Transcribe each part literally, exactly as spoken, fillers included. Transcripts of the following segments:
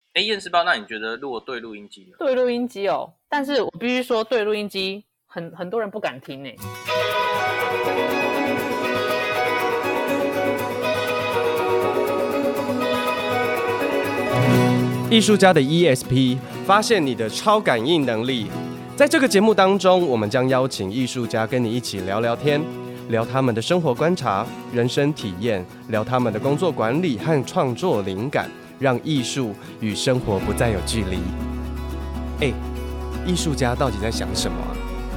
哎，验尸包，那你觉得如果对录音机呢？ 对录音机哦，但是我必须说，对录音机很很多人不敢听呢。 艺术家的 E S P 发现你的超感应能力。在这个节目当中，我们将邀请艺术家跟你一起聊聊天，聊他们的生活观察、人生体验，聊他们的工作管理和创作灵感，让艺术与生活不再有距离。哎，艺术家到底在想什么啊？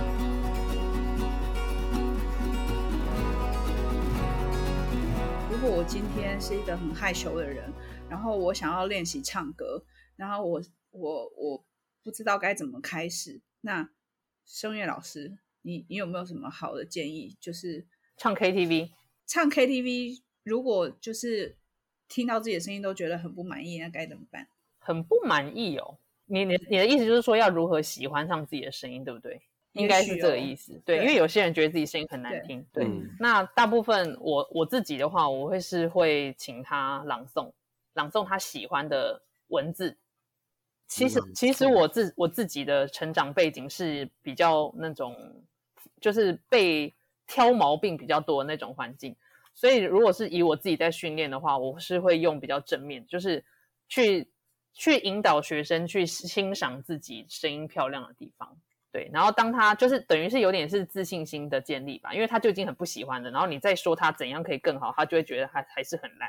如果我今天是一个很害羞的人，然后我想要练习唱歌，然后我我我不知道该怎么开始，那声乐老师，你你有没有什么好的建议？就是唱 K T V， 唱 K T V， 如果就是听到自己的声音都觉得很不满意，那该怎么办？ 很不满意哦。你你你的意思就是说要如何喜欢上自己的声音，对不对？应该是这个意思。对， 对， 因为有些人觉得自己声音很难听。对， 嗯、 那大部分我我自己的话，我会是会请他朗诵，朗诵他喜欢的文字。其实其实我自我自己的成长背景是比较那种，就是被挑毛病比较多的那种环境，所以如果是以我自己在训练的话，我是会用比较正面，就是去去引导学生去欣赏自己声音漂亮的地方。对，然后当他就是等于是有点是自信心的建立吧，因为他就已经很不喜欢了，然后你再说他怎样可以更好，他就会觉得他还是很烂。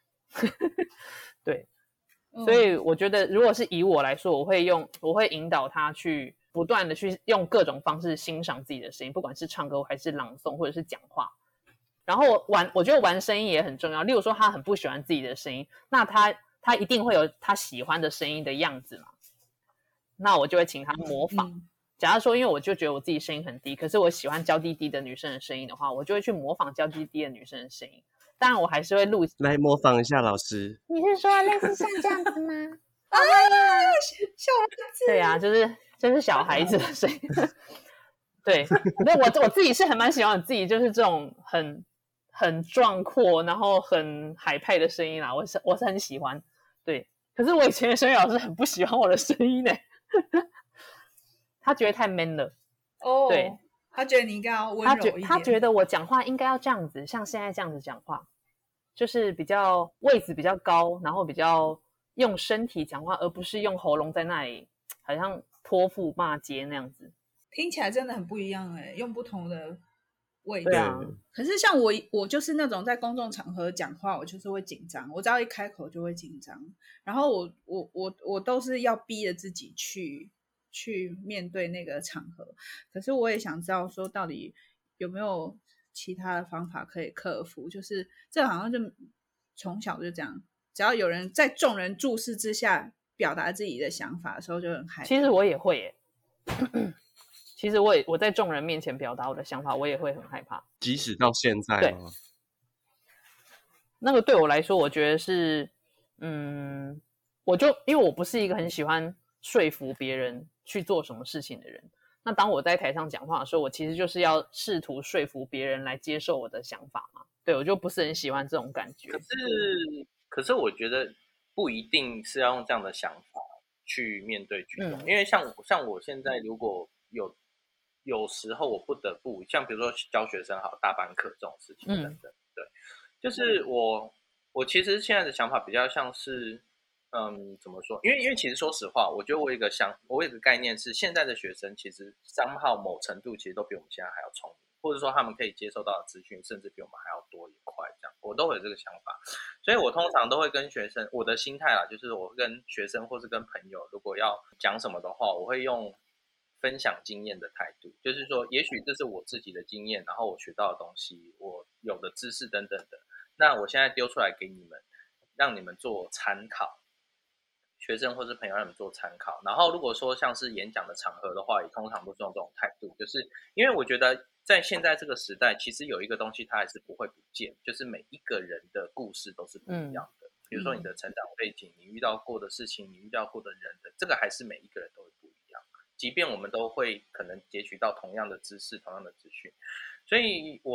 对，所以我觉得如果是以我来说，我会用我会引导他去不断的去用各种方式欣赏自己的声音，不管是唱歌还是朗诵或者是讲话。然后玩，我觉得玩声音也很重要。例如说他很不喜欢自己的声音，那他他一定会有他喜欢的声音的样子嘛，那我就会请他模仿。嗯，假如说因为我就觉得我自己声音很低，可是我喜欢娇滴滴的女生的声音的话，我就会去模仿娇滴滴的女生的声音。当然我还是会录来模仿一下老师。 你是说类似像这样子吗？ 啊，小孩子。 对啊，就是就是小孩子的声音。对，那我我自己是很蛮喜欢我自己就是这种很很壮阔然后很海派的声音啦，我是我是很喜欢。对，可是我以前的声乐老师很不喜欢我的声音呢。他觉得太 man 了。 哦， 对， 他觉得你应该要温柔一点。 他觉得我讲话应该要这样子，像现在这样子讲话，就是比较位置比较高，然后比较用身体讲话，而不是用喉咙在那里好像泼妇骂街那样子。 听起来真的很不一样哎，用不同的位置。 对啊， 可是像我，我就是那种在公众场合讲话，我就是会紧张，我只要一开口就会紧张，然后我我我我都是要逼着自己去去面对那个场合。可是我也想知道说，到底有没有其他的方法可以克服？就是这好像就从小就这样，只要有人在众人注视之下表达自己的想法的时候，就很害怕。 其实我也会耶。其实我也我在众人面前表达我的想法，我也会很害怕。 即使到现在吗？ 对，那个对我来说，我觉得是，嗯，我就因为我不是一个很喜欢说服别人去做什么事情的人。那当我在台上讲话的时候，我其实就是要试图说服别人来接受我的想法嘛。对，我就不是很喜欢这种感觉。 可是，可是我觉得不一定是要用这样的想法去面对剧中，嗯、因为像像我现在如果有。有时候我不得不像比如说教学生好大班课这种事情等等，嗯、对，就是我我其实现在的想法比较像是，嗯，怎么说？因为因为其实说实话，我觉得我有一个想，我有一个概念是，现在的学生其实somehow某程度其实都比我们现在还要聪明，或者说他们可以接受到的资讯甚至比我们还要多也快，这样我都会有这个想法，所以我通常都会跟学生，我的心态啦，就是我跟学生或是跟朋友，如果要讲什么的话，我会用分享经验的态度，就是说也许这是我自己的经验，然后我学到的东西，我有的知识等等的，那我现在丢出来给你们，让你们做参考，学生或是朋友让你们做参考。然后如果说像是演讲的场合的话，也通常都是用这种态度，就是因为我觉得在现在这个时代，其实有一个东西它还是不会不见，就是每一个人的故事都是不一样的，嗯、比如说你的成长背景，你遇到过的事情，你遇到过的人的，这个还是每一个人都会不一样，即便我们都会可能截取到同样的知识同样的资讯，所以我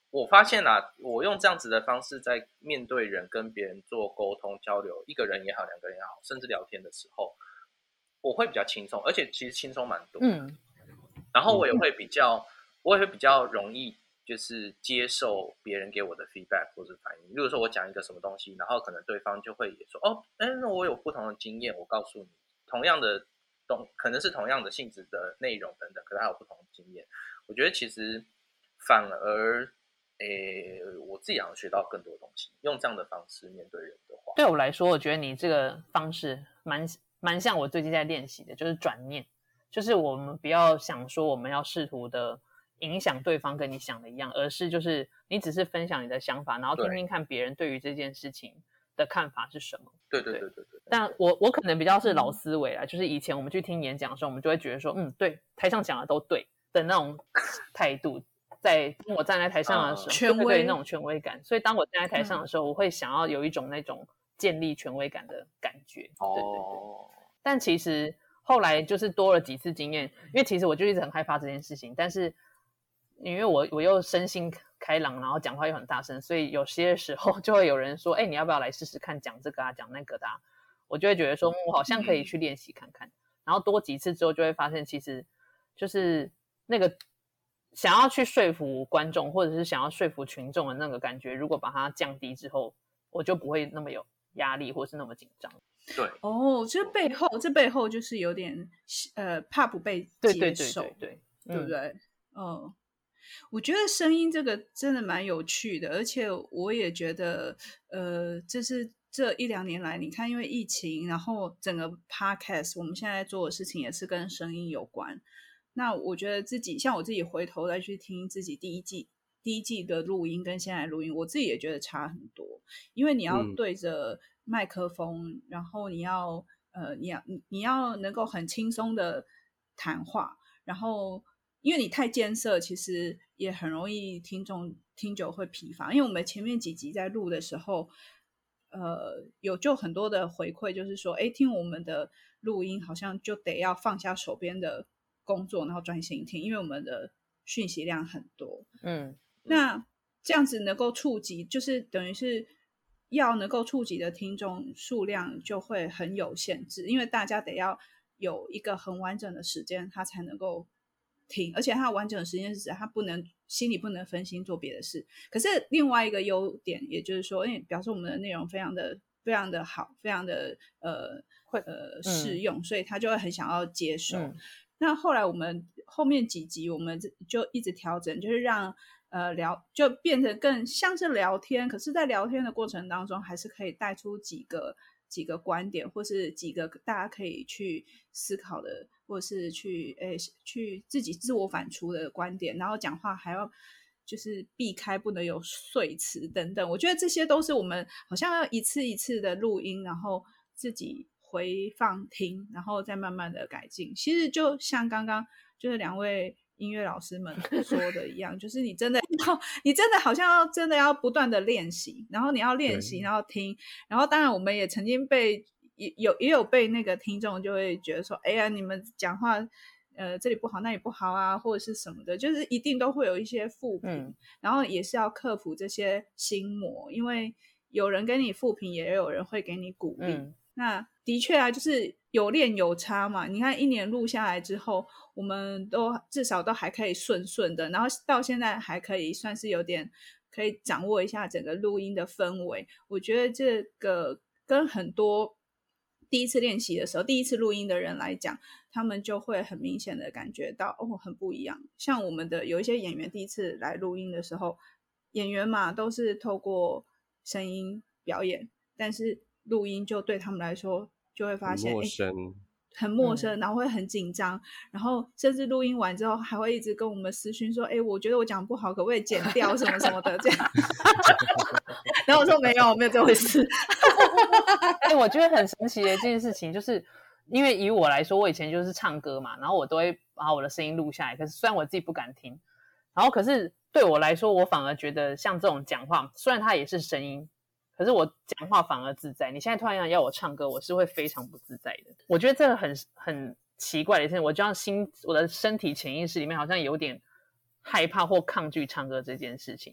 我发现啊，我用这样子的方式在面对人跟别人做沟通交流，一个人也好，两个人也好，甚至聊天的时候，我会比较轻松，而且其实轻松蛮多的。嗯，然后我也会比较，我也会比较容易就是接受别人给我的 feedback 或是反应。例如说我讲一个什么东西，然后可能对方就会也说，哦，哎，那我有不同的经验，我告诉你，同样的东可能是同样的性质的内容等等，可是它有不同的经验。我觉得其实反而。诶，我自己好像学到更多东西，用这样的方式面对人的话， 对我来说，我觉得你这个方式蛮蛮像我最近在练习的，就是转念，就是我们不要想说我们要试图的影响对方跟你想的一样，而是就是你只是分享你的想法，然后听听看别人对于这件事情的看法是什么。 对对对对 对, 对。 但我我可能比较是老思维啦，就是以前我们去听演讲的时候，我们就会觉得说，嗯，对，台上讲的都对的那种态度。在当我站在台上的时候， 权威对那种权威感，所以当我站在台上的时候，嗯、我会想要有一种那种建立权威感的感觉。哦，对对对。但其实后来就是多了几次经验，因为其实我就一直很害怕这件事情，但是因为我我又身心开朗，然后讲话又很大声，所以有些时候就会有人说：“哎、欸，你要不要来试试看讲这个啊，讲那个的、啊？”我就会觉得说，我好像可以去练习看看。嗯、然后多几次之后，就会发现其实就是那个。想要去说服观众或者是想要说服群众的那个感觉，如果把它降低之后，我就不会那么有压力或是那么紧张。 对哦，这背后这背后就是有点呃怕不被接受， 对对对对对， 对不对？嗯、呃，我觉得声音这个真的蛮有趣的，而且我也觉得呃，这是这一两年来，你看因为疫情，然后整个 podcast 我们现在做的事情也是跟声音有关。那我觉得自己像我自己回头再去听自己第一季第一季的录音跟现在录音，我自己也觉得差很多，因为你要对着麦克风，嗯、然后你要呃你要你你要能够很轻松的谈话，然后因为你太艰涩，其实也很容易听众听久会疲乏。因为我们前面几集在录的时候，呃，有就很多的回馈，就是说，哎，听我们的录音好像就得要放下手边的工作，然后专心听，因为我们的讯息量很多。嗯，那这样子能够触及，就是等于是要能够触及的听众数量就会很有限制，因为大家得要有一个很完整的时间，他才能够听，而且他完整的时间是指他不能心里不能分心做别的事。可是另外一个优点，也就是说，因为表示我们的内容非常的非常的好，非常的呃会呃适用，嗯、所以他就会很想要接受。嗯那后来我们后面几集我们就一直调整，就是让呃聊就变得更像是聊天，可是在聊天的过程当中还是可以带出几个几个观点，或是几个大家可以去思考的，或是去诶去自己自我反刍的观点，然后讲话还要就是避开不能有碎词等等。我觉得这些都是我们好像要一次一次的录音，然后自己回放听，然后再慢慢的改进。其实就像刚刚就是两位音乐老师们说的一样，就是你真的要你真的好像要真的要不断的练习，然后你要练习然后听，然后当然我们也曾经被也有也有被那个听众就会觉得说，哎呀你们讲话呃这里不好那里不好啊，或者是什么的，就是一定都会有一些负评、嗯、然后也是要克服这些心魔，因为有人给你负评，也有人会给你鼓励、嗯、那的确啊，就是有练有差嘛。你看一年录下来之后，我们都至少都还可以顺顺的，然后到现在还可以算是有点可以掌握一下整个录音的氛围。我觉得这个跟很多第一次练习的时候第一次录音的人来讲，他们就会很明显的感觉到哦，很不一样。像我们的有一些演员第一次来录音的时候，演员嘛都是透过声音表演，但是录音就对他们来说就会发现很陌生、 欸、很陌生、嗯、然后会很紧张，然后甚至录音完之后还会一直跟我们私讯说，哎、欸，我觉得我讲不好，可不可以剪掉什么什么的这样然后我说没有没有这回事哎、欸，我觉得很神奇的一件事情，就是因为以我来说，我以前就是唱歌嘛，然后我都会把我的声音录下来，可是虽然我自己不敢听，然后可是对我来说，我反而觉得像这种讲话，虽然它也是声音，可是我讲话反而自在。你现在突然要我唱歌，我是会非常不自在的。我觉得这个很很奇怪的一件事，我就像心我的身体潜意识里面好像有点害怕或抗拒唱歌这件事情。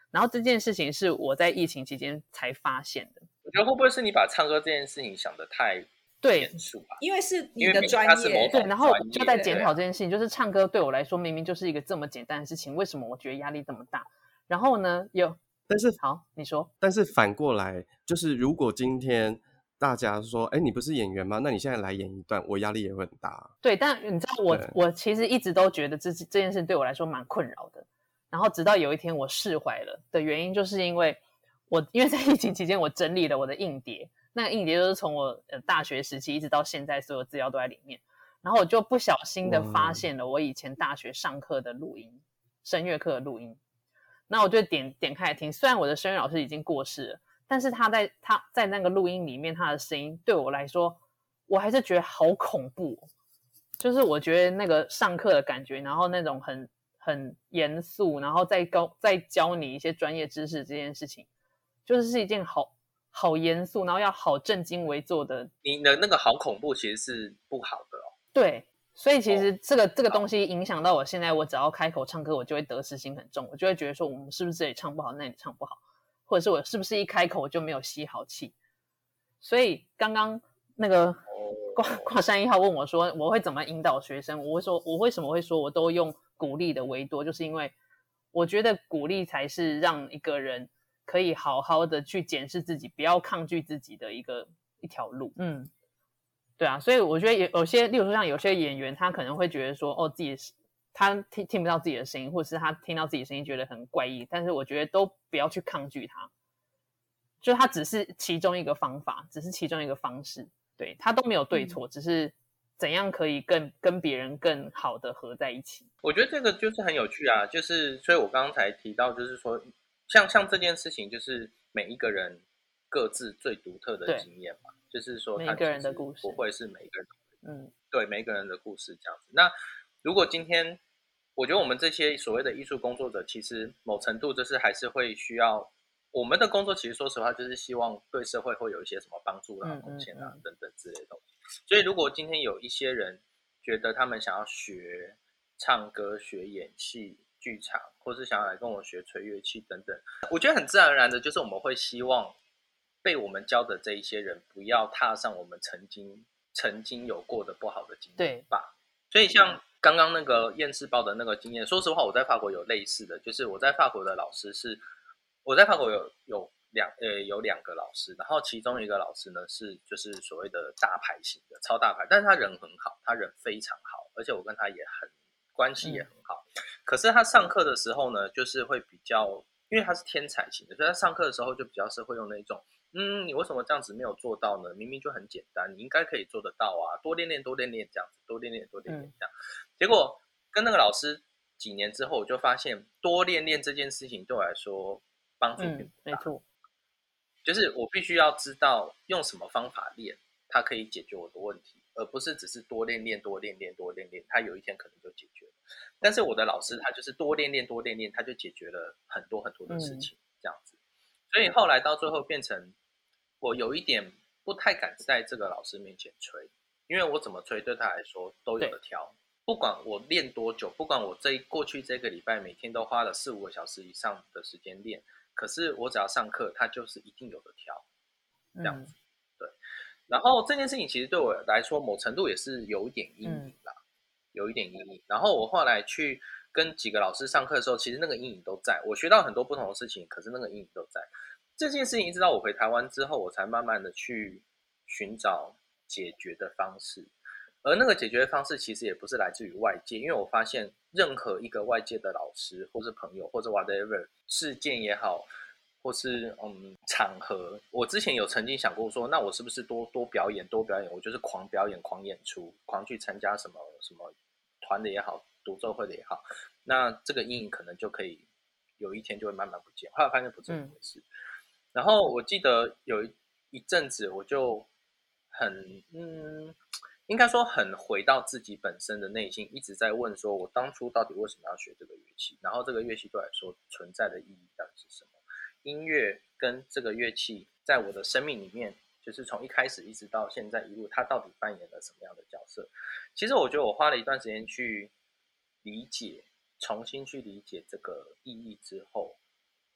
然后这件事情是我在疫情期间才发现的。 我觉得会不会是你把唱歌这件事情想得太对严肃啊？ 因为是你因为的专业， 对，然后我就在检讨这对件事情，就是唱歌对我来说明明就是一个这么简单的事情，为什么我觉得压力这么大？然后呢，有， 但是好，你说， 但是反过来，就是如果今天大家说，哎，你不是演员吗？那你现在来演一段，我压力也会很大。 对，但你知道我对我其实一直都觉得这这件事对我来说蛮困扰的。然后直到有一天我释怀了的原因，就是因为我因为在疫情期间我整理了我的硬碟，那个硬碟就是从我呃大学时期一直到现在，所有资料都在里面。然后我就不小心的发现了我以前大学上课的录音，声乐课的录音。那我就点点开来听，虽然我的声乐老师已经过世了，但是他在他在那个录音里面，他的声音对我来说，我还是觉得好恐怖哦。就是我觉得那个上课的感觉，然后那种很很严肃，然后再教再教你一些专业知识这件事情，就是是一件好好严肃，然后要好正襟危坐的。 你的那个好恐怖，其实是不好的哦。 对，所以其实这个、 哦、 这个东西影响到我现在，我只要开口唱歌，我就会得失心很重，我就会觉得说，我们是不是这里唱不好，那里唱不好，或者是我是不是一开口我就没有吸好气。所以刚刚那个挂挂山一号问我说，我会怎么引导学生？我会说，我为什么会说我都用鼓励的为多，就是因为我觉得鼓励才是让一个人可以好好的去检视自己，不要抗拒自己的一个一条路。嗯。对啊，所以我觉得有有些，例如说像有些演员，他可能会觉得说，哦，自己他听听不到自己的声音，或者是他听到自己的声音觉得很怪异，但是我觉得都不要去抗拒他，就是他只是其中一个方法，只是其中一个方式，对，他都没有对错，嗯、只是怎样可以更跟别人更好的合在一起。 我觉得这个就是很有趣啊，就是所以我刚才提到，就是说像像这件事情，就是每一个人各自最独特的经验嘛。就是说每个人的故事不会是每一个人， 嗯， 对，每一个人的故事这样子。那如果今天，我觉得我们这些所谓的艺术工作者，其实某程度就是还是会需要我们的工作，其实说实话就是希望对社会会有一些什么帮助啊、贡献啊等等之类的东西。所以如果今天有一些人觉得他们想要学唱歌、学演戏、剧场，或是想要来跟我学吹乐器等等，我觉得很自然而然的，就是我们会希望被我们教的这一些人不要踏上我们曾经曾经有过的不好的经验吧。所以像刚刚那个验视包的那个经验，说实话我在法国有类似的，就是我在法国的老师是我在法国有有两呃有两个老师，然后其中一个老师呢是就是所谓的大牌型的超大牌，但是他人很好，他人非常好，而且我跟他也很关系也很好、嗯、可是他上课的时候呢就是会比较，因为他是天才型的，所以他上课的时候就比较是会用那种嗯，你为什么这样子没有做到呢？明明就很简单，你应该可以做得到啊！多练练，多练练，这样子，多练练，多练练，这样。嗯、结果跟那个老师几年之后，我就发现多练练这件事情对我来说帮助并不大。 嗯、没错， 就是我必须要知道用什么方法练，它可以解决我的问题，而不是只是多练练、多练练、多练练，它有一天可能就解决了。但是我的老师他就是多练练、多练练，他就解决了很多很多的事情，嗯、这样子。所以后来到最后变成。我有一点不太敢在这个老师面前吹，因为我怎么吹对他来说都有的挑，不管我练多久，不管我这过去这个礼拜每天都花了四五个小时以上的时间练，可是我只要上课，他就是一定有的挑，这样子、嗯、对。然后这件事情其实对我来说，某程度也是有一点阴影啦，嗯、有一点阴影。然后我后来去跟几个老师上课的时候，其实那个阴影都在，我学到很多不同的事情，可是那个阴影都在。这件事情一直到我回台湾之后，我才慢慢的去寻找解决的方式，而那个解决的方式其实也不是来自于外界，因为我发现任何一个外界的老师或是朋友或者 whatever 事件也好，或是嗯场合，我之前有曾经想过说，那我是不是多多表演多表演，我就是狂表演狂演出，狂去参加什么什么团的也好，独奏会的也好，那这个阴影可能就可以有一天就会慢慢不见。后来发现不是这么回事。嗯然后我记得有一阵子我就很嗯，应该说很回到自己本身的内心，一直在问说我当初到底为什么要学这个乐器，然后这个乐器对我来说存在的意义到底是什么，音乐跟这个乐器在我的生命里面，就是从一开始一直到现在一路，它到底扮演了什么样的角色。其实我觉得我花了一段时间去理解，重新去理解这个意义之后，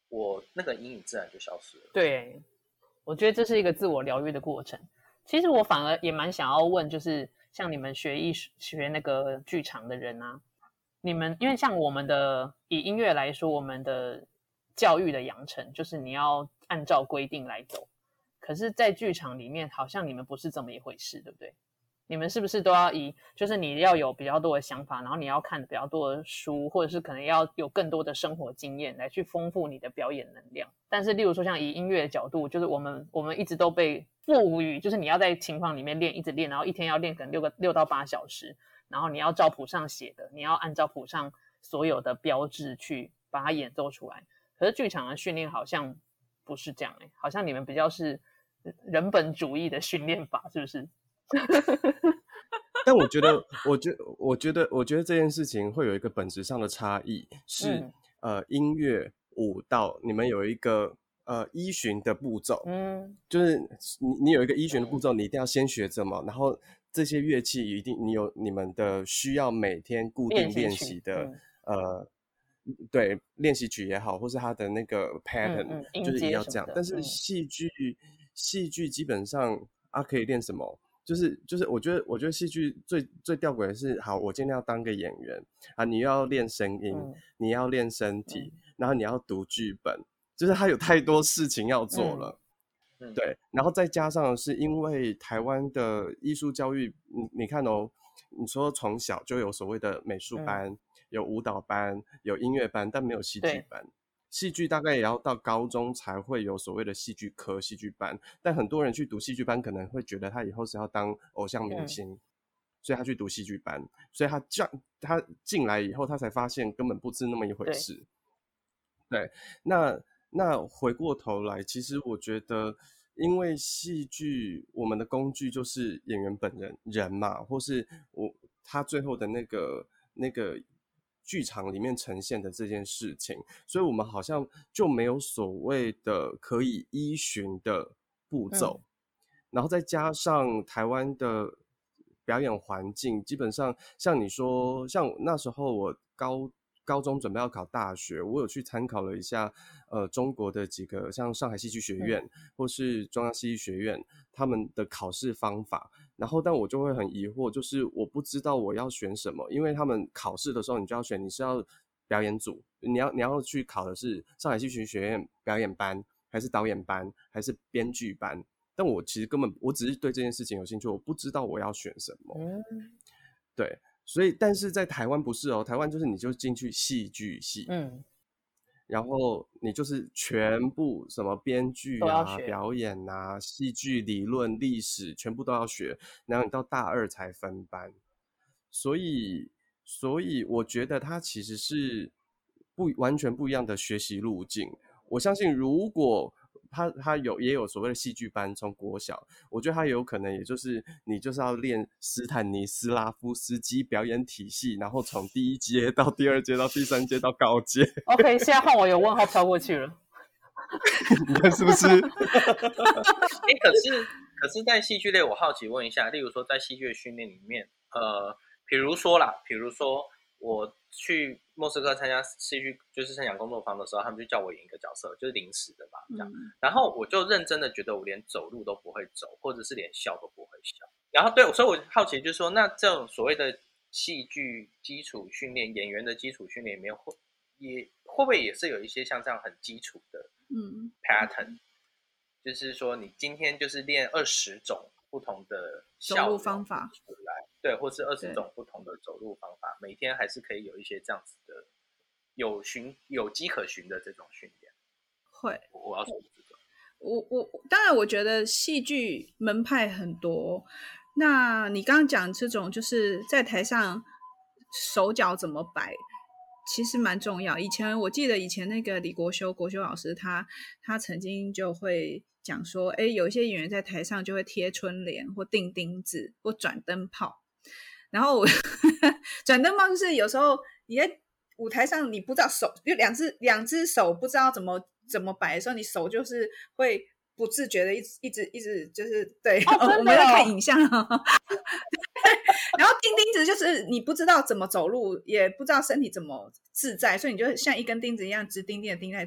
我那个阴影自然就消失了。 对，我觉得这是一个自我疗愈的过程。其实我反而也蛮想要问，就是像你们学艺术学那个剧场的人啊，你们因为像我们的以音乐来说，我们的教育的养成就是你要按照规定来走，可是在剧场里面好像你们不是这么一回事，对不对？你们是不是都要以就是你要有比较多的想法，然后你要看比较多的书，或者是可能要有更多的生活经验来去丰富你的表演能量？但是例如说像以音乐的角度，就是我们我们一直都被赋予，就是你要在琴房里面练，一直练，然后一天要练可能六个六到八小时，然后你要照谱上写的，你要按照谱上所有的标志去把它演奏出来。可是剧场的训练好像不是这样、欸、好像你们比较是人本主义的训练法，是不是？ 但我觉得，我觉我觉得，我觉得这件事情会有一个本质上的差异，是、嗯、呃，音乐、舞蹈，你们有一个呃依循的步骤，嗯，就是你你有一个依循的步骤，你一定要先学怎么，然后这些乐器一定你有你们的需要每天固定练习的，嗯、呃，对，练习曲也好，或是它的那个 pattern，、嗯嗯、就是要这样。但是戏剧，戏剧基本上啊，可以练什么？就是就是，我觉得我觉得戏剧最最吊诡的是，好，我今天要当个演员啊，你要练声音，嗯、你要练身体，嗯、然后你要读剧本，就是它有太多事情要做了，嗯、对。然后再加上是因为台湾的艺术教育，你你看哦，你说从小就有所谓的美术班、嗯、有舞蹈班、有音乐班，但没有戏剧班。戏剧大概也要到高中才会有所谓的戏剧科、戏剧班，但很多人去读戏剧班可能会觉得他以后是要当偶像明星，嗯、所以他去读戏剧班，所以他这样他进来以后，他才发现根本不是那么一回事。对，对，那那回过头来，其实我觉得，因为戏剧我们的工具就是演员本人人嘛，或是我他最后的那个那个。剧场里面呈现的这件事情，所以我们好像就没有所谓的可以依循的步骤、嗯、然后再加上台湾的表演环境，基本上像你说，像那时候我高高中准备要考大学，我有去参考了一下呃中国的几个像上海戏剧学院、嗯、或是中央戏剧学院他们的考试方法，然后但我就会很疑惑，就是我不知道我要选什么，因为他们考试的时候你就要选你是要表演组，你要你要去考的是上海戏剧学院表演班还是导演班还是编剧班，但我其实根本我只是对这件事情有兴趣，我不知道我要选什么、嗯、对，所以但是在台湾不是哦，台湾就是你就进去戏剧系，嗯，然后你就是全部什么编剧啊、表演啊、戏剧理论、历史全部都要学，然后你到大二才分班，所以所以我觉得它其实是不完全不一样的学习路径。我相信如果他他有也有所谓的戏剧班，从国小，我觉得他有可能也就是你就是要练斯坦尼斯拉夫斯基表演体系，然后从第一阶到第二阶到第三阶到高阶。 OK， 现在换我有问号飘过去了， 你看是不是？ 哎、欸，可是可是在戏剧类，我好奇问一下，例如说在戏剧的训练里面，呃，比如说啦，比如说我去莫斯科参加戏剧就是生涯工作坊的时候，他们就叫我演一个角色，就是临时的嘛，这样、嗯。然后我就认真的觉得我连走路都不会走，或者是连笑都不会笑。然后对，所以我好奇就是说，那这种所谓的戏剧基础训练，演员的基础训练里面，会也会不会也是有一些像这样很基础的嗯 pattern，、嗯、就是说你今天就是练二十种不同的走路方法出来。对，或是二十种不同的走路方法，每天还是可以有一些这样子的有循有迹可循的这种训练。 会， 我要说这种。 我我当然，我觉得戏剧门派很多。那你刚刚讲这种，就是在台上手脚怎么摆，其实蛮重要。以前我记得以前那个李国修国修老师他，他曾经就会讲说，哎，有一些演员在台上就会贴春联或钉钉子或转灯泡。然后我转灯泡就是有时候你在舞台上你不知道手，就两只两只手不知道怎么怎么摆的时候，你手就是会不自觉的一直一直一直就是对、 哦哦、 我们在看影像然后钉钉子就是你不知道怎么走路，也不知道身体怎么自在，所以你就像一根钉子一样直钉钉的钉在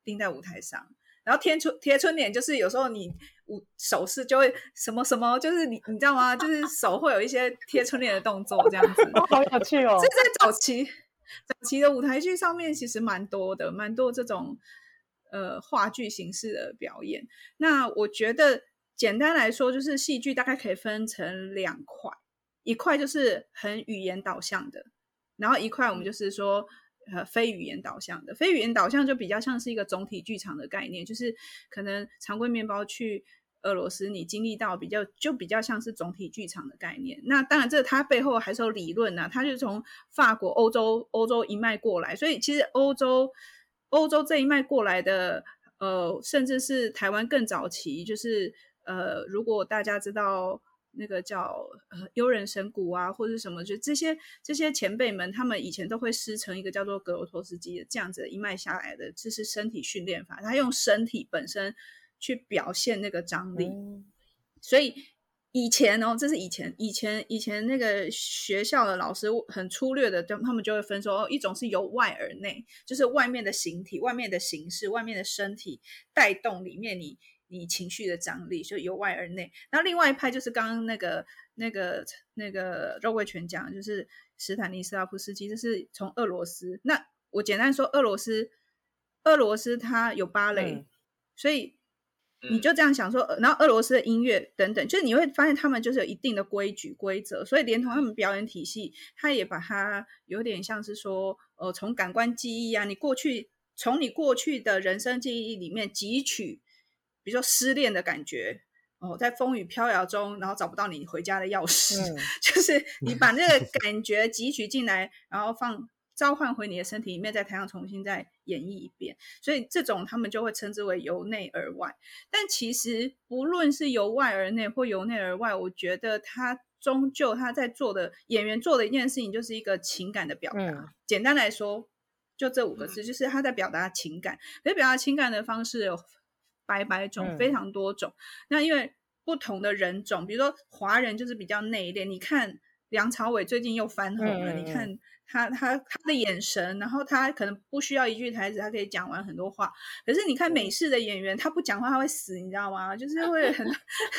钉在舞台上。然后贴春贴春联就是有时候你手势就会什么什么，就是你你知道吗？就是手会有一些贴春联的动作这样子， 好有趣哦！ 这在早期早期的舞台剧上面其实蛮多的，蛮多这种呃话剧形式的表演。那我觉得简单来说，就是戏剧大概可以分成两块，一块就是很语言导向的，然后一块我们就是说。呃，非语言导向的，非语言导向就比较像是一个总体剧场的概念，就是可能常规面包去俄罗斯，你经历到比较就比较像是总体剧场的概念。那当然，这它背后还是有理论啊，它就是从法国、欧洲、欧洲一脉过来，所以其实欧洲欧洲这一脉过来的，呃，甚至是台湾更早期，就是呃，如果大家知道。那个叫呃优人神鼓啊，或者什么，就这些这些前辈们，他们以前都会师承一个叫做格罗托斯基的这样子一脉下来的，这是身体训练法，他用身体本身去表现那个张力。嗯、所以以前哦，这是以前以前以前那个学校的老师很粗略的，他们就会分说，哦，一种是由外而内，就是外面的形体、外面的形式、外面的身体带动里面你。你情绪的张力就由外而内，然后另外一派就是刚刚那个那个那个肉桂犬讲，就是史坦尼斯拉夫斯基，就是从俄罗斯。那我简单说，俄罗斯俄罗斯它有芭蕾，嗯、所以你就这样想说，然后俄罗斯的音乐等等，就是你会发现他们就是有一定的规矩规则，所以连同他们表演体系，他也把它有点像是说，呃，从感官记忆啊，你过去从你过去的人生记忆里面汲取。比如说失恋的感觉哦，在风雨飘摇中，然后找不到你回家的钥匙，嗯、就是你把那个感觉汲取进来，然后放召唤回你的身体里面，在台上重新再演绎一遍。所以这种他们就会称之为由内而外。但其实不论是由外而内或由内而外，我觉得他终究他在做的演员做的一件事情，就是一个情感的表达。嗯、简单来说，就这五个字，就是他在表达情感。可是表达情感的方式有。百百种，非常多种。嗯、那因为不同的人种，比如说华人就是比较内敛。你看梁朝伟最近又翻红了，嗯、你看他他他的眼神，然后他可能不需要一句台词，他可以讲完很多话。可是你看美式的演员，他不讲话他会死，你知道吗？就是会很，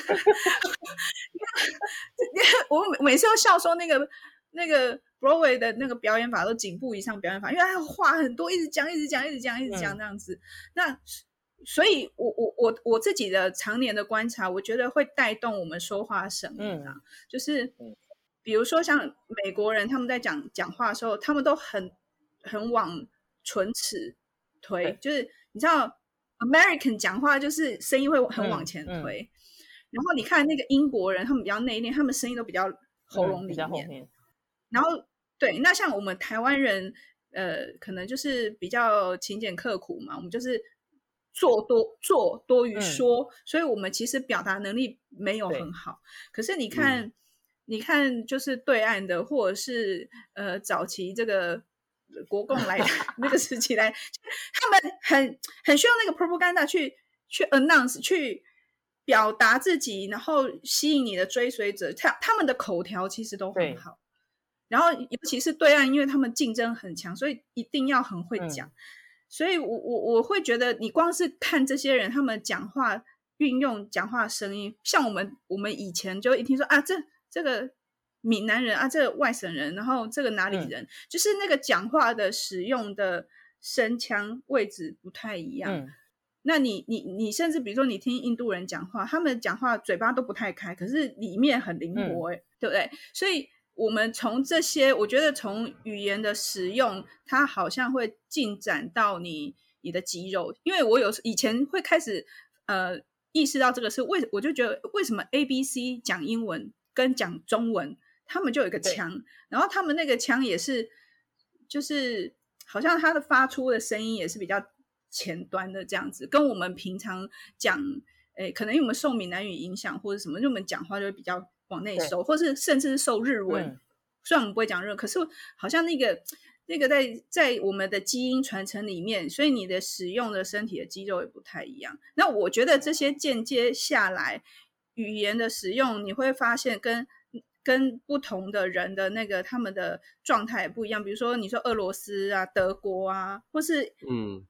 我每次都笑说那个那个 Broadway 的那个表演法都颈部以上表演法，因为他有话很多，一直讲，一直讲，一直讲，一直讲这样子。嗯、那所以我我我我自己的常年的观察，我觉得会带动我们说话声音啊，嗯、就是比如说像美国人他们在讲讲话的时候，他们都很很往唇齿推，嗯、就是你知道 American 讲话就是声音会很往前推，嗯嗯、然后你看那个英国人他们比较内敛，他们声音都比较喉咙里面，嗯、然后对，那像我们台湾人呃可能就是比较勤俭刻苦嘛，我们就是做多做多于说，嗯、所以我们其实表达能力没有很好。可是你看，嗯、你看，就是对岸的，或者是呃早期这个国共来的那个时期来，他们很很需要那个 propaganda 去去 announce 去表达自己，然后吸引你的追随者。他他们的口条其实都很好，然后尤其是对岸，因为他们竞争很强，所以一定要很会讲。嗯所以我我我会觉得，你光是看这些人他们讲话运用讲话声音，像我们我们以前就一听说啊，这这个闽南人啊，这个外省人，然后这个哪里人，嗯、就是那个讲话的使用的声腔位置不太一样。嗯、那你你你甚至比如说你听印度人讲话，他们讲话嘴巴都不太开，可是里面很灵活，欸，嗯、对不对？所以我们从这些，我觉得从语言的使用，它好像会进展到你你的肌肉。因为我有以前会开始呃意识到这个是为，我就觉得为什么 A B C 讲英文跟讲中文，他们就有一个腔，然后他们那个腔也是，就是好像他的发出的声音也是比较前端的这样子，跟我们平常讲，诶，可能因为我们受闽南语影响或者什么，就我们讲话就会比较往内收，或是甚至是受日文，嗯、虽然我们不会讲日文，可是好像那个那个在在我们的基因传承里面，所以你的使用的身体的肌肉也不太一样。那我觉得这些间接下来语言的使用，你会发现跟跟不同的人的那个他们的状态也不一样。比如说你说俄罗斯啊、德国啊，或是嗯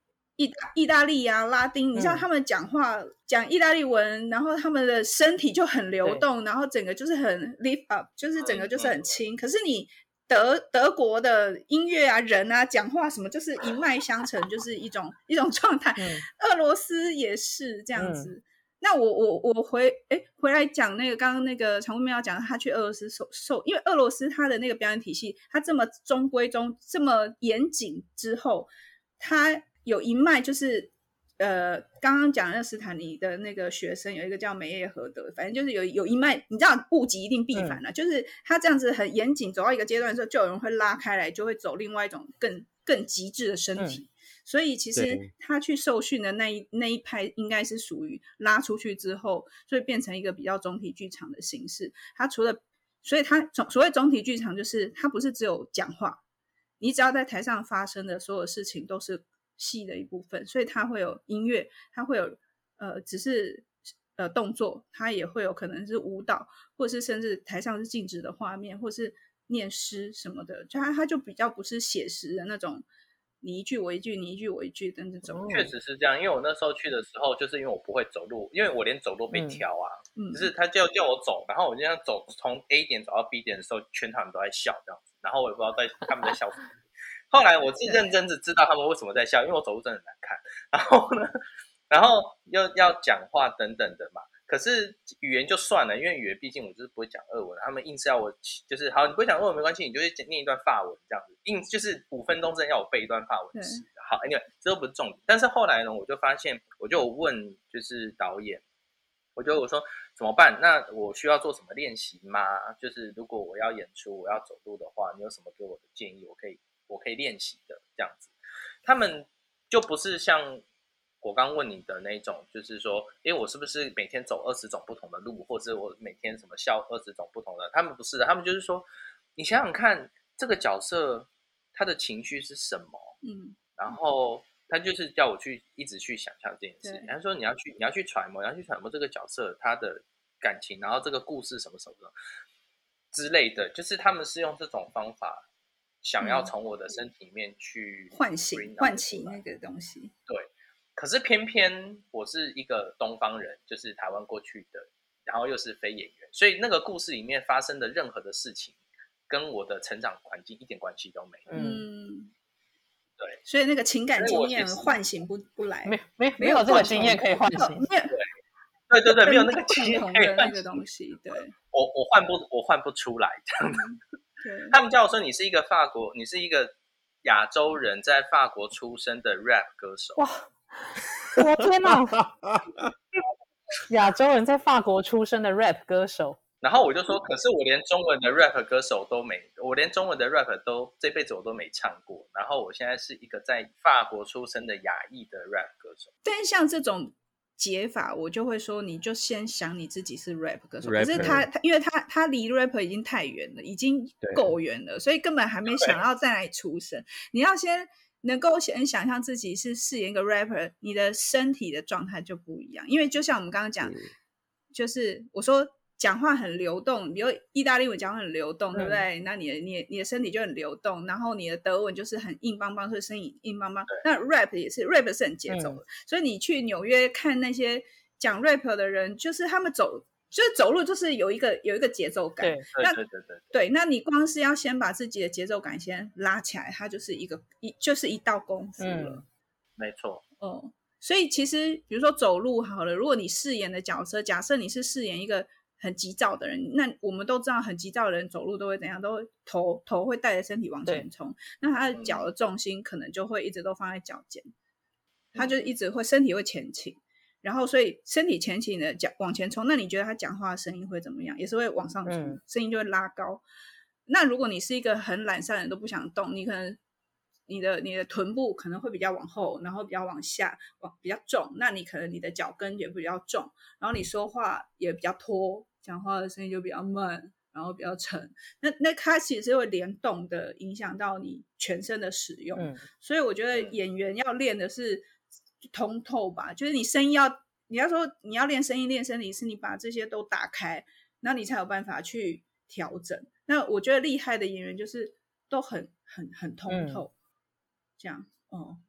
意大意大利啊、拉丁，你知道他们讲话、嗯、讲意大利文，然后他们的身体就很流动，然后整个就是很 lift up， 就是整个就是很轻。嗯、可是你德德国的音乐啊、人啊、讲话什么，就是一脉相承，就是一种一种状态。嗯、俄罗斯也是这样子。嗯、那我我我回哎回来讲那个刚刚那个常务妹要讲，他去俄罗斯受受，因为俄罗斯他的那个表演体系，他这么中规中这么严谨之后，他有一脉就是呃，刚刚讲的那斯坦尼的那个学生有一个叫梅耶荷德，反正就是有有一脉，你知道物极一定必反了、嗯，就是他这样子很严谨，走到一个阶段的时候，就有人会拉开来，就会走另外一种更更极致的身体。嗯、所以其实他去受训的那一那一派，应该是属于拉出去之后，所以变成一个比较总体剧场的形式。他除了，所以他所谓总体剧场，就是他不是只有讲话，你只要在台上发生的所有事情都是戏的一部分，所以它会有音乐，它会有呃，只是呃动作，它也会有可能是舞蹈，或者是甚至台上是静止的画面，或是念诗什么的，就它它就比较不是写实的那种，你一句我一句，你一句我一句的那种。 确实是这样，因为我那时候去的时候，就是因为我不会走路，因为我连走路被挑啊，嗯、就是他叫叫我走，然后我这样走从 A 点走到 B 点的时候，全场人都在笑这样子，然后我也不知道在他们在笑什么。后来我是认真的知道他们为什么在笑，因为我走路真的很难看。然后呢，然后又要讲话等等的嘛。可是语言就算了，因为语言毕竟我就是不会讲俄文，他们硬是要我就是好，你不会讲俄文没关系，你就会念一段法文这样子，硬就是五分钟之内要我背一段法文词。好，因为这都不是重点。但是后来呢，我就发现，我就有问就是导演，我就我说怎么办？那我需要做什么练习吗？就是如果我要演出，我要走路的话，你有什么给我的建议？我可以。我可以练习的这样子，他们就不是像我刚问你的那种，就是说，诶，我是不是每天走二十种不同的路，或者我每天什么笑二十种不同的？他们不是的，他们就是说，你想想看，这个角色他的情绪是什么？嗯，然后他就是叫我去一直去想象这件事。他说你要去你要去揣摩，你要去揣摩这个角色他的感情，然后这个故事什么什么什么之类的，就是他们是用这种方法。想要从我的身体里面去唤醒、唤起那个东西。 对，可是偏偏我是一个东方人，就是台湾过去的，然后又是非演员，所以那个故事里面发生的任何的事情，跟我的成长环境一点关系都没有。嗯，对， 所以那个情感经验唤醒不不来， 没没没有这个经验可以唤醒。 对对对，没有那个经验可以那个东西。对， 我我唤不我唤不出来这样子。他们叫我说你是一个法国，你是一个亚洲人在法国出生的 rap 歌手。 哇，我天哪！亚洲人在法国出生的 rap 歌手。 然后我就说，可是我连中文的 rap 歌手都没，我连中文的 rap 都这辈子我都没唱过。然后我现在是一个在法国出生的亚裔的 rap 歌手。 但是像这种解法，我就会说，你就先想你自己是 rap 歌手，可是他他因为他他离 rapper 已经太远了，已经够远了，所以根本还没想要在哪里出生。你要先能够先想象自己是饰演一个 rapper， 你的身体的状态就不一样。因为就像我们刚刚讲，嗯、就是我说讲话很流动，比如意大利文讲话很流动，嗯、对不对？那你的你的你的身体就很流动，然后你的德文就是很硬邦邦，所以声音硬邦邦。那 rap 也是 rap 是很节奏的，嗯、所以你去纽约看那些讲 rap 的人，就是他们走就是走路就是有一个有一个节奏感。 对对对对对。 对，那你光是要先把自己的节奏感先拉起来，它就是一个一就是一道功夫了。嗯、 没错。 哦，所以其实比如说走路好了，如果你饰演的角色，假设你是饰演一个很急躁的人，那我们都知道很急躁的人走路都会怎样，都会头头会带着身体往前冲，那他的脚的重心可能就会一直都放在脚尖，嗯、他就一直会身体会前倾，然后所以身体前倾的脚往前冲，那你觉得他讲话的声音会怎么样？也是会往上冲，嗯、声音就会拉高。那如果你是一个很懒散的人，都不想动，你可能你的你的臀部可能会比较往后，然后比较往下，往比较重，那你可能你的脚跟也比较重，然后你说话也比较拖，讲话的声音就比较慢，然后比较沉，那那它其实会联动的影响到你全身的使用。嗯、所以我觉得演员要练的是通透吧，就是你声音要你要说你要练声音练身体，是你把这些都打开，那你才有办法去调整。那我觉得厉害的演员就是都很很很通透。嗯这样哦，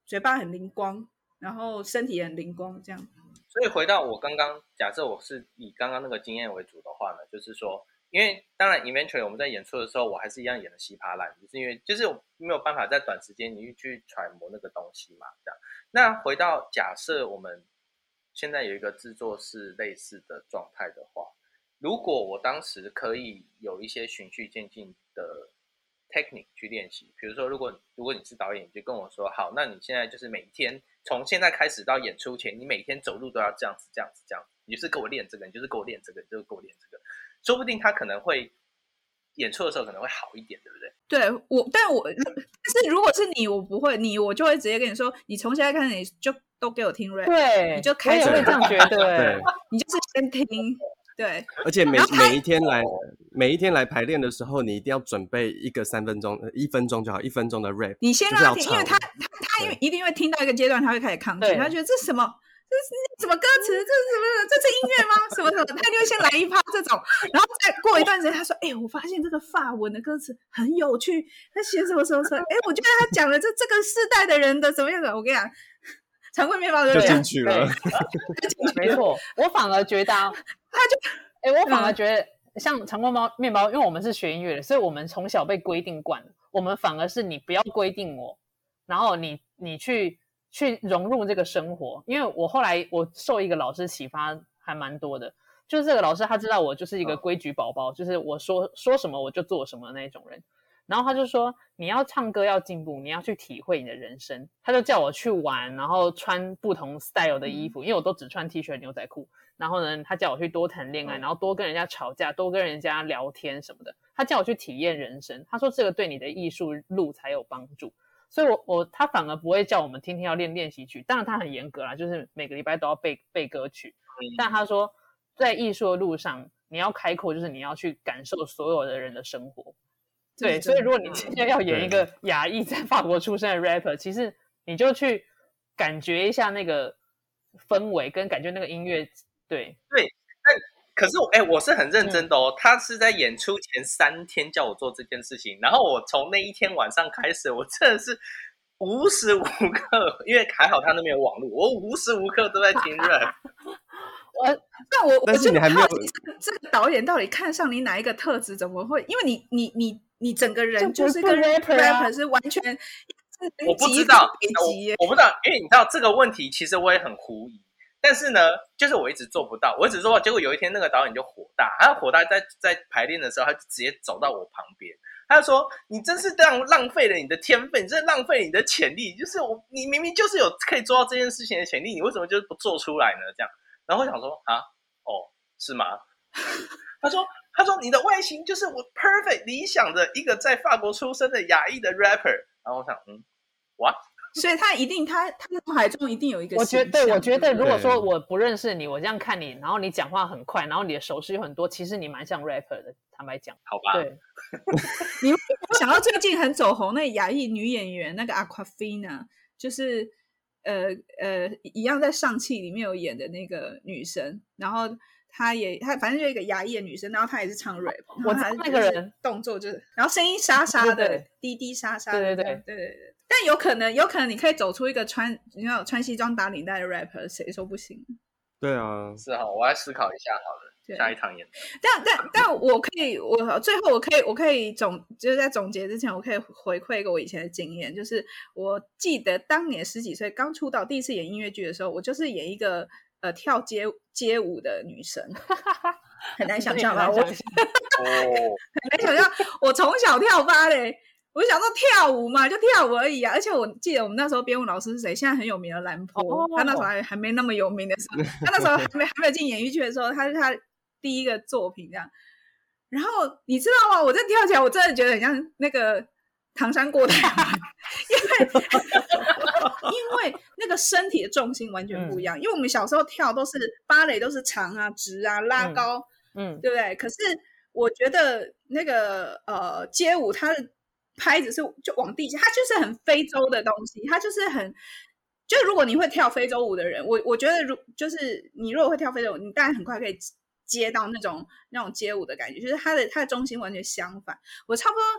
嘴巴很灵光，然后身体也很灵光，这样。 所以回到我刚刚假设我是以刚刚那个经验为主的话呢，就是说，因为当然 eventually 我们在演出的时候，我还是一样演的稀巴烂，就是因为就是没有办法在短时间你去揣摩那个东西嘛，这样。那回到假设我们现在有一个制作室类似的状态的话，如果我当时可以有一些循序渐进的 technique 去练习，比如说如果如果你是导演，你就跟我说好，那你现在就是每天从现在开始到演出前，你每天走路都要这样子这样子这样子，你就是给我练这个，你就是给我练这个，你就是给我练这个，说不定他可能会演出的时候可能会好一点，对不对？ 对我，但我但是如果是你，我不会，你我就会直接跟你说，你从现在开始你就都给我听 rap， 对， 你就开始我也会这样觉得， 你就是先听。对， 而且每每一天来每一天来排练的时候，你一定要准备一个三分钟，一分钟就好，一分钟的 rap。 你先让他听，因为他他他因为一定会听到一个阶段，他会开始抗拒，他觉得这是什么，这是什么歌词，这是什么，这是音乐吗？什么什么，他就会先来一趴这种，然后再过一段时间，他说：“哎、欸，我发现这个法文的歌词很有趣，他写什么什么什么，哎、欸，我觉得他讲了这这个世代的人的怎么样的，我跟你讲。”常规面包就进去了， 没错。我反而觉得、啊，他就，哎、欸，我反而觉得像常规面包，因为我们是学音乐的，所以我们从小被规定惯了。我们反而是你不要规定我，然后你你去去融入这个生活。因为我后来我受一个老师启发还蛮多的，就是这个老师他知道我就是一个规矩宝宝，就是我说说什么我就做什么那种人。然后他就说你要唱歌要进步，你要去体会你的人生。他就叫我去玩，然后穿不同 style 的衣服，因为我都只穿 T 恤牛仔裤。然后呢他叫我去多谈恋爱，然后多跟人家吵架，多跟人家聊天什么的。他叫我去体验人生，他说这个对你的艺术路才有帮助。所以我我他反而不会叫我们天天要练练习曲，当然他很严格啦，就是每个礼拜都要背背歌曲。但他说在艺术的路上你要开阔，就是你要去感受所有的人的生活。对，所以如果你今天要演一个亚裔在法国出生的 rapper， 其实你就去感觉一下那个氛围，跟感觉那个音乐。对对，但可是我哎、欸，我是很认真的哦、嗯。他是在演出前三天叫我做这件事情，然后我从那一天晚上开始，我真的是无时无刻，因为还好他那边有网络，我无时无刻都在听 rap。 我那我但是你还没有我就好奇这个导演到底看上你哪一个特质？怎么会？因为你你你你整个人就是跟 rapper 是完全， 我不知道，我, 我不知道，因为你知道这个问题，其实我也很狐疑。但是呢，就是我一直做不到，我一直做到，结果有一天那个导演就火大，他火大在在排练的时候，他就直接走到我旁边，他就说：“你真是这样浪费了你的天分，你真的浪费了你的潜力，就是我，你明明就是有可以做到这件事情的潜力，你为什么就是不做出来呢？”这样，然后我想说：“啊，哦，是吗？”他说：“他说你的外形就是我 perfect 理想的一个在法国出生的亚裔的 rapper。”然后我想，嗯 ，what？ 所以他一定，他他脑海中一定有一个我觉得，对，我觉得如果说我不认识你，我这样看你，然后你讲话很快，然后你的手势有很多，其实你蛮像 rapper 的。坦白讲， 好吧。 对， 你想到最近很走红那亚裔女演员那个 Aquafina， 就是呃呃一样在上汽里面有演的那个女生，然后她也她反正就一个亚裔的女生，然后她也是唱 rap， 我知道那个人动作就是，然后声音沙沙的， 对对对滴滴沙沙的， 对对对对对对。但有可能，有可能你可以走出一个穿，你知道穿西装打领带的 rapper， 谁说不行？ 对啊， 是啊，我来思考一下好了，下一场演。 但但但我可以，我最后我可以，我可以总就是在总结之前，我可以回馈一个我以前的经验，就是我记得当年十几岁刚出道，第一次演音乐剧的时候，我就是演一个呃跳街街舞的女生，很难想象吧？我、哦、很难想象，我从小跳芭蕾。我就想说跳舞嘛，就跳舞而已啊！而且我记得我们那时候编舞老师是谁？现在很有名的兰坡，哦、他那时候还还没那么有名的时候，他那时候还没还没有进演艺圈的时候，他是他第一个作品这样。然后你知道吗？我这跳起来，我真的觉得很像那个唐山过台湾，因为因为那个身体的重心完全不一样。嗯、因为我们小时候跳都是芭蕾，都是长啊、直啊、拉高，嗯，嗯对不对？可是我觉得那个呃街舞，它的拍子是就往地下，它就是很非洲的东西，它就是很，就如果你会跳非洲舞的人，我我觉得如就是你如果会跳非洲舞，你当然很快可以接到那种那种街舞的感觉，就是它的它的中心完全相反。我差不多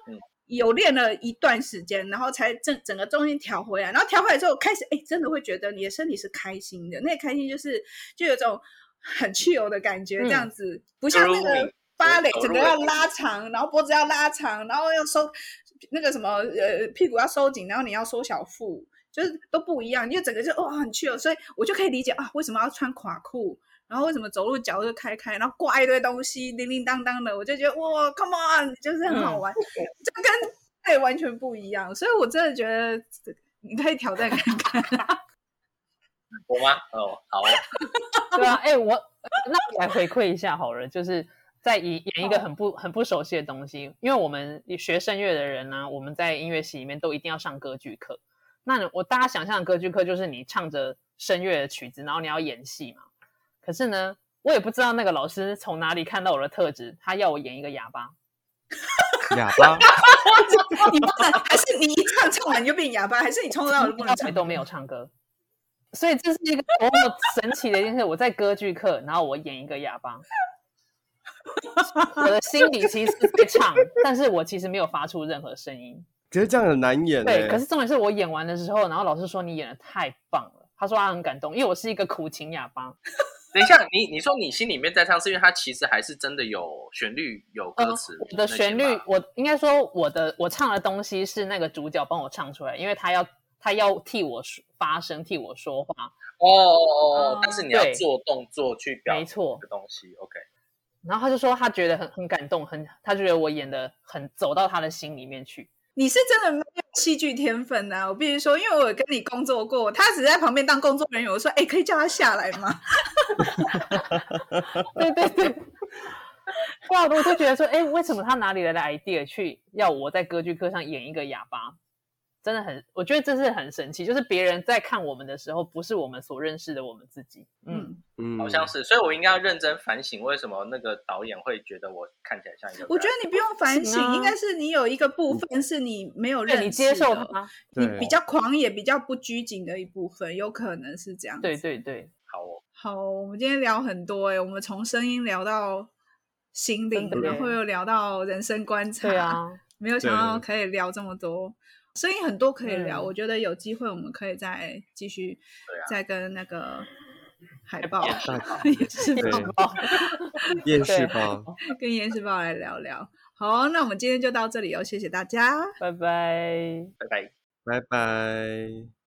有练了一段时间，然后才整整个重心调回来，然后调回来之后开始哎，真的会觉得你的身体是开心的，那个开心就是就有种很chill的感觉，这样子、嗯、不像那个芭蕾整个要拉长，然后脖子要拉长，然后要收那个什么呃屁股要收紧，然后你要收小腹，就是都不一样，因为整个就哇很 chill， 所以我就可以理解啊为什么要穿垮裤，然后为什么走路脚就开开，然后挂一堆东西叮叮当当的，我就觉得哇 come on 就是很好玩、嗯、就跟对完全不一样，所以我真的觉得你可以挑战看看我吗？哦好啊对啊，哎、欸，我那我来回馈一下好了，就是在演演一个很不很不熟悉的东西，因为我们学声乐的人呢、啊，我们在音乐系里面都一定要上歌剧课。那我大家想象的歌剧课就是你唱着声乐的曲子，然后你要演戏嘛。可是呢，我也不知道那个老师从哪里看到我的特质，他要我演一个哑巴。 哑巴？ 你不能，还是你一唱唱完你就变哑巴，还是你从头到尾不能唱？ 都没有唱歌。所以这是一个多么神奇的一件事！我在歌剧课，然后我演一个哑巴，我的心里其实是在唱，但是我其实没有发出任何声音。 可是这样很难演、欸。 对，可是重点是我演完的时候，然后老师说你演得太棒了，他说他很感动，因为我是一个苦情哑巴。 等一下，你你说你心里面在唱，是因为它其实还是真的有旋律、有歌词、 呃。我的旋律，我应该说我的我唱的东西是那个主角帮我唱出来，因为他要他要替我发声，替我说话。 哦哦哦，但是你要做动作去表达这个东西 ，OK。 然后他就说他觉得很很感动，很他觉得我演的很走到他的心里面去。 你是真的没有戏剧天分啊！我必须说，因为我有跟你工作过，他只是在旁边当工作人员。我说：“哎，可以叫他下来吗？” 对对对，哇！我就觉得说，哎，为什么他哪里来的 idea 去要我在歌剧课上演一个哑巴？真的很，我觉得这是很神奇，就是别人在看我们的时候，不是我们所认识的我们自己。嗯嗯，好像是，所以我应该要认真反省，为什么那个导演会觉得我看起来像一个？ 我觉得你不用反省，啊、应该是你有一个部分是你没有认识的， 你接受它， 你比较狂野、比较不拘谨的一部分，有可能是这样子。 对对对， 好哦， 好，我们今天聊很多哎、欸，我们从声音聊到心灵，然后又聊到人生观察， 对啊， 没有想到可以聊这么多。声音很多可以聊、嗯、我觉得有机会我们可以再继续、啊、再跟那个海豹夜视报夜视报跟夜视报来聊聊。好，那我们今天就到这里哦，谢谢大家， 拜拜拜拜拜拜。